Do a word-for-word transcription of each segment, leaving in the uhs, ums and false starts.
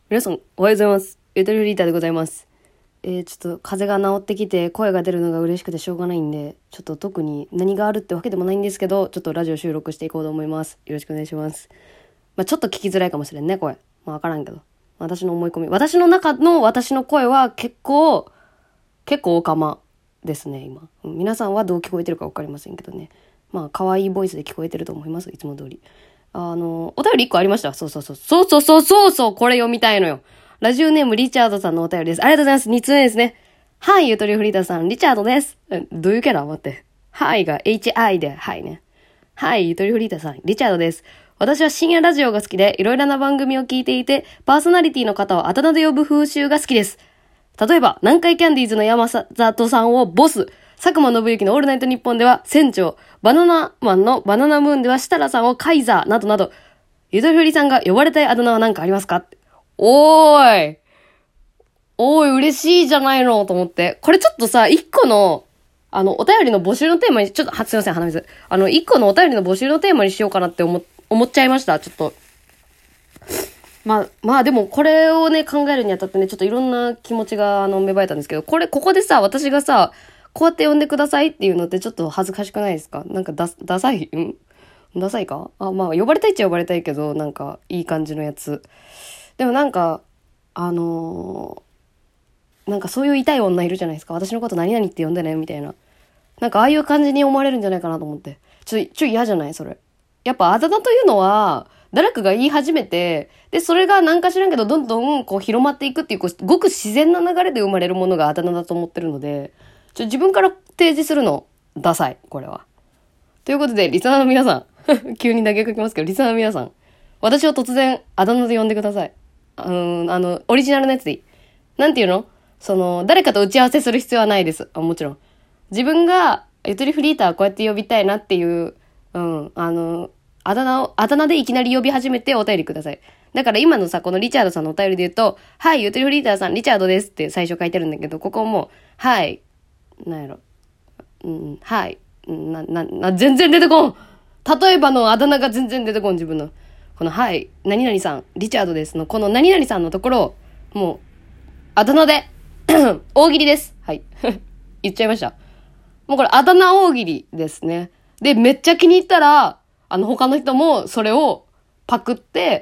皆さん、おはようございます。ゆとりフリーターでございます。えー、ちょっと風邪が治ってきて声が出るのが嬉しくてしょうがないんで、ちょっと特に何があるってわけでもないんですけど、ちょっとラジオ収録していこうと思います。よろしくお願いします。まあちょっと聞きづらいかもしれんね、声。まあわからんけど。私の思い込み。私の中の私の声は結構、結構オカマですね、今。皆さんはどう聞こえてるかわかりませんけどね。まあ可愛いボイスで聞こえてると思います。いつも通り。あの、お便りいっこありました。そうそうそう。そうそうそうそうそう、これ読みたいのよ。ラジオネームリチャードさんのお便りです。ありがとうございます。につうめですね。はい、ゆとりフリーターさん、リチャードです。どういうキャラ待って。はいが エイチアイ で、はいね。はい、ゆとりフリーターさん、リチャードです。私は深夜ラジオが好きで、いろいろな番組を聞いていて、パーソナリティの方をあだ名で呼ぶ風習が好きです。例えば、南海キャンディーズの山里さんをボス、佐久間信之のオールナイトニッポンでは船長、バナナマンのバナナムーンでは設楽さんをカイザーなどなど、ゆとりふりさんが呼ばれたいあだ名は何かありますか？おーい。おーい、嬉しいじゃないのと思って。これちょっとさ、一個の、あの、お便りの募集のテーマに、ちょっと、は、すいません、鼻水。あの、一個のお便りの募集のテーマにしようかなって思、思っちゃいました、ちょっと。まあ、まあでもこれをね、考えるにあたってね、ちょっといろんな気持ちが、あの、芽生えたんですけど、これ、ここでさ、私がさ、こうやって呼んでくださいっていうのってちょっと恥ずかしくないですか？なんかダ、ダサいんダサいかあ、まあ、呼ばれたいっちゃ呼ばれたいけど、なんか、いい感じのやつ。でもなんか、あのー、なんかそういう痛い女いるじゃないですか。私のこと何々って呼んでねみたいな。なんかああいう感じに思われるんじゃないかなと思って。ちょ、ちょ嫌じゃないそれ。やっぱあだ名というのは、誰かが言い始めて、で、それがなんか知らんけど、どんどんこう広まっていくっていう、こう、ごく自然な流れで生まれるものがあだ名だと思ってるので、ちょ、自分から提示するの、ダサい、これは。ということで、リスナーの皆さん、急に投げかけますけど、リスナーの皆さん、私を突然、あだ名で呼んでください。あの、あの、オリジナルのやつでいい。なんていうのその、誰かと打ち合わせする必要はないです。あ、もちろん。自分が、ゆとりフリーターこうやって呼びたいなっていう、うん、あの、あだ名を、あだ名でいきなり呼び始めてお便りください。だから今のさ、このリチャードさんのお便りで言うと、はい、ゆとりフリーターさん、リチャードですって最初書いてるんだけど、ここも、はい、なんやろ、うん、はい、な、な、な、全然出てこん例えばのあだ名が全然出てこん、自分の。この、はい、何々さん、リチャードですの、この何々さんのところを、もう、あだ名で、大喜利です。はい。言っちゃいました。もうこれ、あだ名大喜利ですね。で、めっちゃ気に入ったら、あの、他の人もそれをパクって、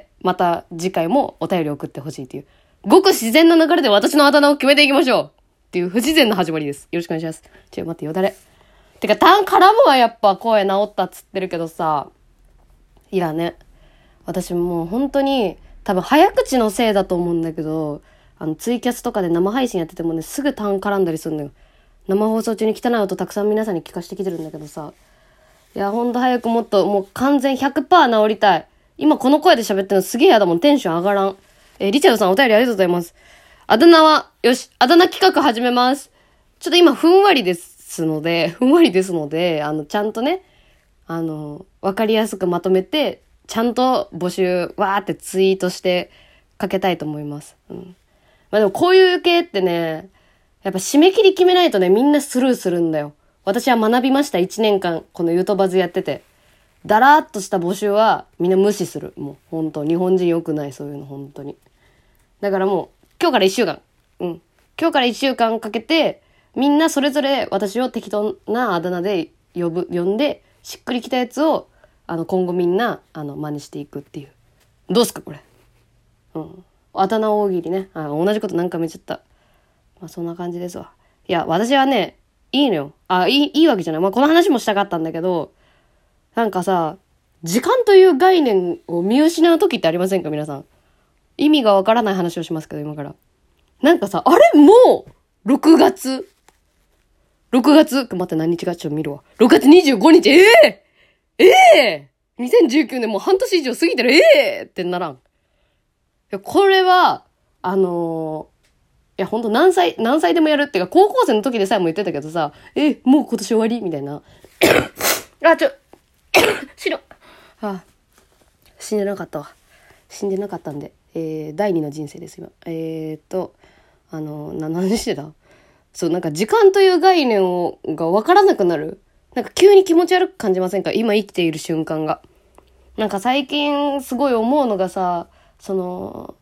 また次回もお便り送ってほしいっていう。ごく自然な流れで私のあだ名を決めていきましょうっていう不自然な始まりです。よろしくお願いします。ちょ、待ってよだれ。てか、単絡むはやっぱ声治ったっつってるけどさ、いらね。私もう本当に、多分早口のせいだと思うんだけど、あの、ツイキャスとかで生配信やっててもね、すぐ単絡んだりするのよ。生放送中に汚い音たくさん皆さんに聞かせてきてるんだけどさ。いや、ほんと早くもっと、もう完全ひゃくパーセント治りたい。今この声で喋ってるのすげえやだもん。テンション上がらん。えー、リチャードさんお便りありがとうございます。あだ名は、よし、あだ名企画始めます。ちょっと今ふんわりですので、ふんわりですので、あの、ちゃんとね、あの、わかりやすくまとめて、ちゃんと募集、わーってツイートしてかけたいと思います。うん。まあでもこういう系ってね、やっぱ締め切り決めないとね、みんなスルーするんだよ。私は学びました。いちねんかん、このユートバズやってて。だらーっとした募集はみんな無視する。もう本当日本人良くない、そういうの本当に。だからもう、今日からいっしゅうかん。うん。今日からいっしゅうかんかけて、みんなそれぞれ私を適当なあだ名で呼ぶ、呼んで、しっくりきたやつを、あの、今後みんな、あの、真似していくっていう。どうすか、これ。うん。あだ名大喜利ね。あ、同じこと何回も言っちゃった。まあそんな感じですわ。いや、私はね、いいのよ。あ、いい、いいわけじゃない。まあこの話もしたかったんだけど、なんかさ、時間という概念を見失う時ってありませんか皆さん。意味がわからない話をしますけど、今から。なんかさ、あれもう、ろくがつ ?ろくがつ待って何日かちょっと見るわ。ろくがつにじゅうごにち、ええー、ええー、にせんじゅうきゅうねんもう半年以上過ぎてる、ええー、ってならん。いや、これは、あのー、いや、ほんと何歳、何歳でもやるっていうか、高校生の時でさえも言ってたけどさ、え、もう今年終わりみたいな。あ、ちょ、死ぬ。あ、死んでなかったわ。死んでなかったんで、えー、第二の人生です、今。えーっと、あの、な、何してたそう、なんか時間という概念を、がわからなくなる。なんか急に気持ち悪く感じませんか今生きている瞬間が。なんか最近すごい思うのがさ、その、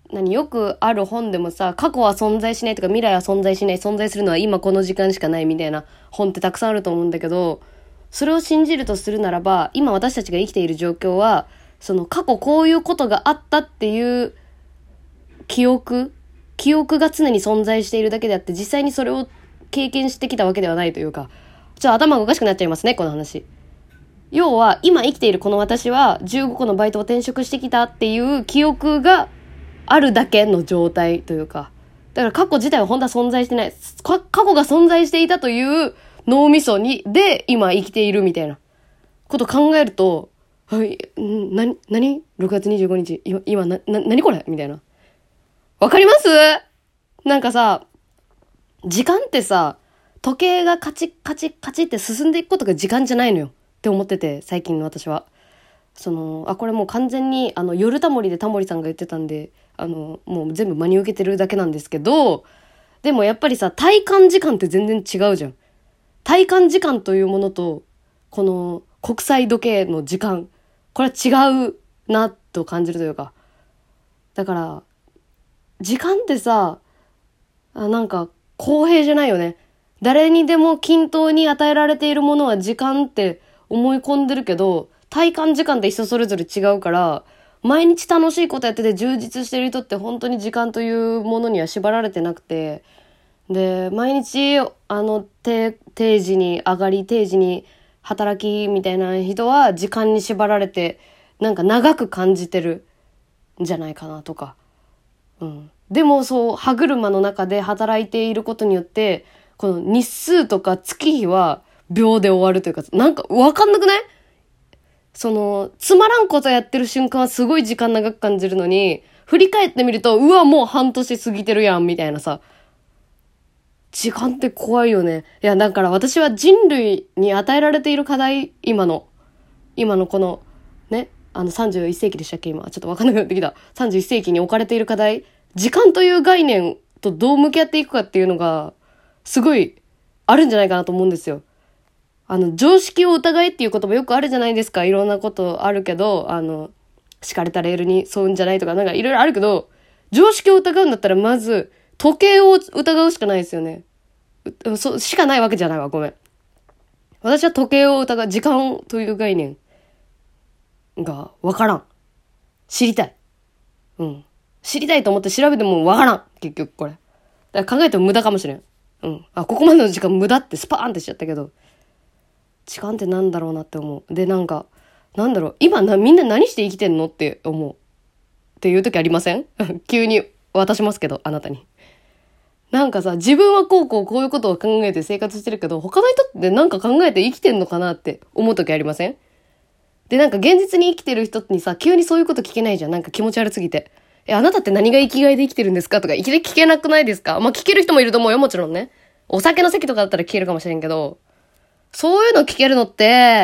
何よくある本でもさ、過去は存在しないとか未来は存在しない、存在するのは今この時間しかないみたいな本ってたくさんあると思うんだけど、それを信じるとするならば、今私たちが生きている状況は、その過去こういうことがあったっていう記憶記憶が常に存在しているだけであって、実際にそれを経験してきたわけではないというか、ちょっと頭がおかしくなっちゃいますね、この話。要は、今生きているこの私はじゅうごこのバイトを転職してきたっていう記憶があるだけの状態というか、だから過去自体は本当は存在してない。過去が存在していたという脳みそに、で、今生きているみたいなことを考えると、はい、んな、なに ?ろく 月にじゅうごにち、今、今、な、な、なにこれみたいな。わかります？なんかさ、時間ってさ、時計がカチッカチッカチッって進んでいくことが時間じゃないのよって思ってて、最近の私は。その、あ、これもう完全に、あの、夜タモリでタモリさんが言ってたんで、あの、もう全部真に受けてるだけなんですけど、でもやっぱりさ、体感時間って全然違うじゃん。体感時間というものと、この国際時計の時間、これは違うなと感じるというか。だから、時間ってさ、あ、なんか公平じゃないよね。誰にでも均等に与えられているものは時間って思い込んでるけど、体感時間って人それぞれ違うから、毎日楽しいことやってて充実してる人って本当に時間というものには縛られてなくて、で、毎日あの定、定時に上がり定時に働きみたいな人は時間に縛られて、なんか長く感じてるんじゃないかなとか。うん、でもそう歯車の中で働いていることによってこの日数とか月日は秒で終わるというか、なんか分かんなくない？そのつまらんことやってる瞬間はすごい時間長く感じるのに、振り返ってみるとうわもう半年過ぎてるやんみたいなさ、時間って怖いよね。いやだから私は人類に与えられている課題、今の今のこのね、あのさんじゅういっせいきでしたっけ今。ちょっとわかんなくなってきた。さんじゅういっせいきに置かれている課題。時間という概念とどう向き合っていくかっていうのが、すごいあるんじゃないかなと思うんですよ。あの、常識を疑えっていう言葉よくあるじゃないですか。いろんなことあるけど、あの、敷かれたレールに沿うんじゃないとか、なんかいろいろあるけど、常識を疑うんだったらまず、時計を疑うしかないですよね。そ、しかないわけじゃないわ。ごめん。私は時計を疑う、時間という概念がわからん。知りたい。うん。知りたいと思って調べてもわからん。結局これ。だから考えても無駄かもしれん。うん。あ、ここまでの時間無駄ってスパーンってしちゃったけど。時間ってなんだろうなって思う。で、なんか、なんだろう。今な、みんな何して生きてんのって思う。っていう時ありません？急に渡しますけど、あなたに。なんかさ、自分はこうこうこういうことを考えて生活してるけど、他の人ってなんか考えて生きてんのかなって思う時ありません？で、なんか現実に生きてる人にさ、急にそういうこと聞けないじゃん。なんか気持ち悪すぎて。え、あなたって何が生きがいで生きてるんですかとか、いきなり聞けなくないですか？まあ、聞ける人もいると思うよ、もちろんね。お酒の席とかだったら聞けるかもしれんけど、そういうの聞けるのって、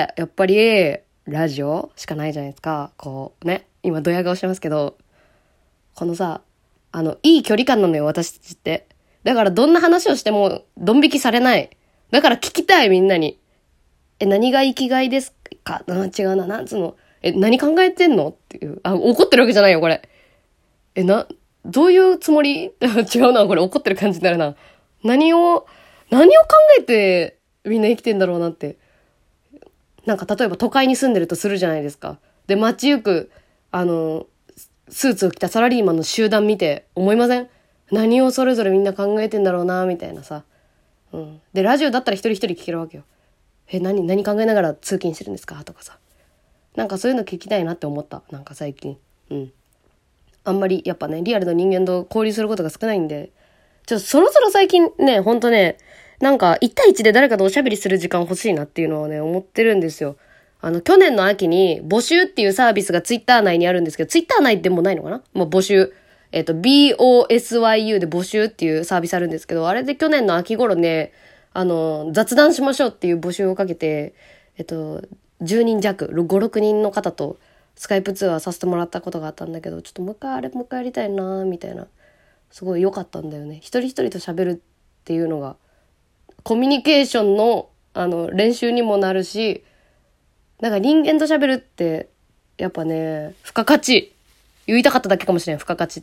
やっぱり、ラジオしかないじゃないですか。こう、ね。今、ドヤ顔してますけど、このさ、あの、いい距離感なのよ、私たちって。だから、どんな話をしても、ドン引きされない。だから聞きたい、みんなに。え、何が生きがいですか？あ、違うな、なんつうの。え、何考えてんのっていう。あ、怒ってるわけじゃないよ、これ。え、な、どういうつもり？違うな、これ怒ってる感じになるな。何を、何を考えてみんな生きてんだろうなって。なんか例えば都会に住んでるとするじゃないですか。で、街行く、あの、スーツを着たサラリーマンの集団見て思いません？何をそれぞれみんな考えてんだろうな、みたいなさ。うん。で、ラジオだったら一人一人聞けるわけよ。え、何、何考えながら通勤してるんですかとかさ。なんかそういうの聞きたいなって思った。なんか最近。うん。あんまりやっぱね、リアルの人間と交流することが少ないんで、ちょっとそろそろ最近ね、ほんとね、なんか一対一で誰かとおしゃべりする時間欲しいなっていうのをね、思ってるんですよ。あの、去年の秋に募集っていうサービスがツイッター内にあるんですけど、ツイッター内でもないのかな？もう募集。えっと、ビーオーエスワイユー で募集っていうサービスあるんですけど、あれで去年の秋頃ね、あの、雑談しましょうっていう募集をかけて、えっと、じゅうにん弱、ご、ろくにんの方とスカイプ通話させてもらったことがあったんだけど、ちょっともう一回あれもう一回やりたいなみたいな。すごい良かったんだよね。一人一人と喋るっていうのが、コミュニケーションの、あの、練習にもなるし、なんか人間と喋るって、やっぱね、付加価値。言いたかっただけかもしれん、付加価値って。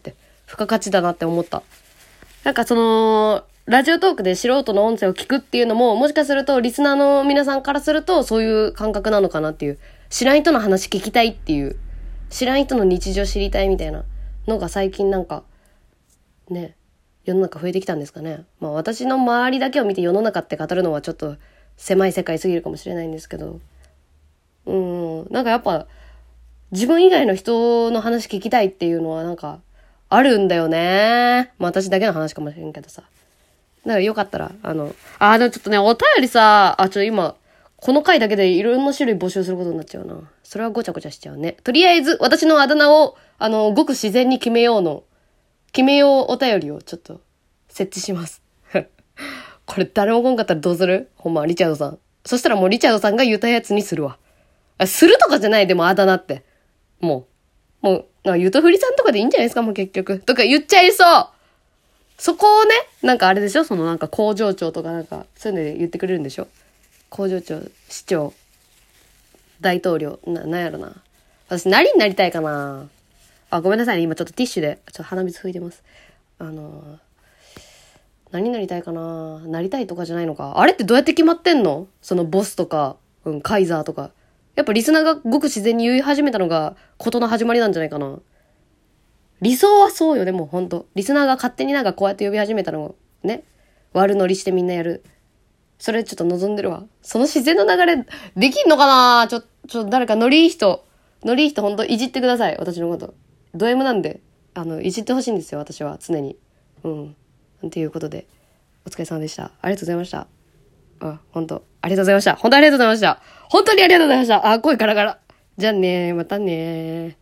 付加価値だなって思った。なんかその、ラジオトークで素人の音声を聞くっていうのも、もしかするとリスナーの皆さんからするとそういう感覚なのかなっていう。知らん人の話聞きたいっていう。知らん人の日常知りたいみたいなのが最近なんか、ね、世の中増えてきたんですかね。まあ私の周りだけを見て世の中って語るのはちょっと狭い世界すぎるかもしれないんですけど。うん、なんかやっぱ、自分以外の人の話聞きたいっていうのはなんか、あるんだよね。まあ私だけの話かもしれんけどさ。だからよかったら、あの、あーでもちょっとね、お便りさ、あ、ちょ、今、この回だけでいろんな種類募集することになっちゃうな。それはごちゃごちゃしちゃうね。とりあえず、私のあだ名を、あの、ごく自然に決めようの、決めようお便りをちょっと、設置します。これ誰も来んかったらどうする？ほんま、リチャードさん。そしたらもうリチャードさんが言ったやつにするわ。あ、するとかじゃない、でもあだ名って。もう、もう、なんかゆとふりさんとかでいいんじゃないですか、もう結局。とか言っちゃいそうそこをね、なんかあれでしょそのなんか工場長とかなんか、そういうので言ってくれるんでしょ工場長、市長、大統領、な、なんやろな。私何になりたいかなあ、ごめんなさいね。今ちょっとティッシュで、ちょっと鼻水拭いてます。あの、何になりたいかななりたいとかじゃないのか。あれってどうやって決まってんのそのボスとか、うん、カイザーとか。やっぱリスナーがごく自然に言い始めたのが、ことの始まりなんじゃないかな。理想はそうよね、もうほんと。リスナーが勝手になんかこうやって呼び始めたのを、ね。悪乗りしてみんなやる。それちょっと望んでるわ。その自然の流れ、できんのかなちょ、ちょ、誰かノリいい人、ノリいい人ほんといじってください。私のこと。ド M なんで、あの、いじってほしいんですよ、私は。常に。うん。ということで、お疲れ様でした。ありがとうございました。あ、ほんと。ありがとうございました。本当ありがとうございました。本当にありがとうございました。あ、声ガラガラ。じゃあねー、またねー。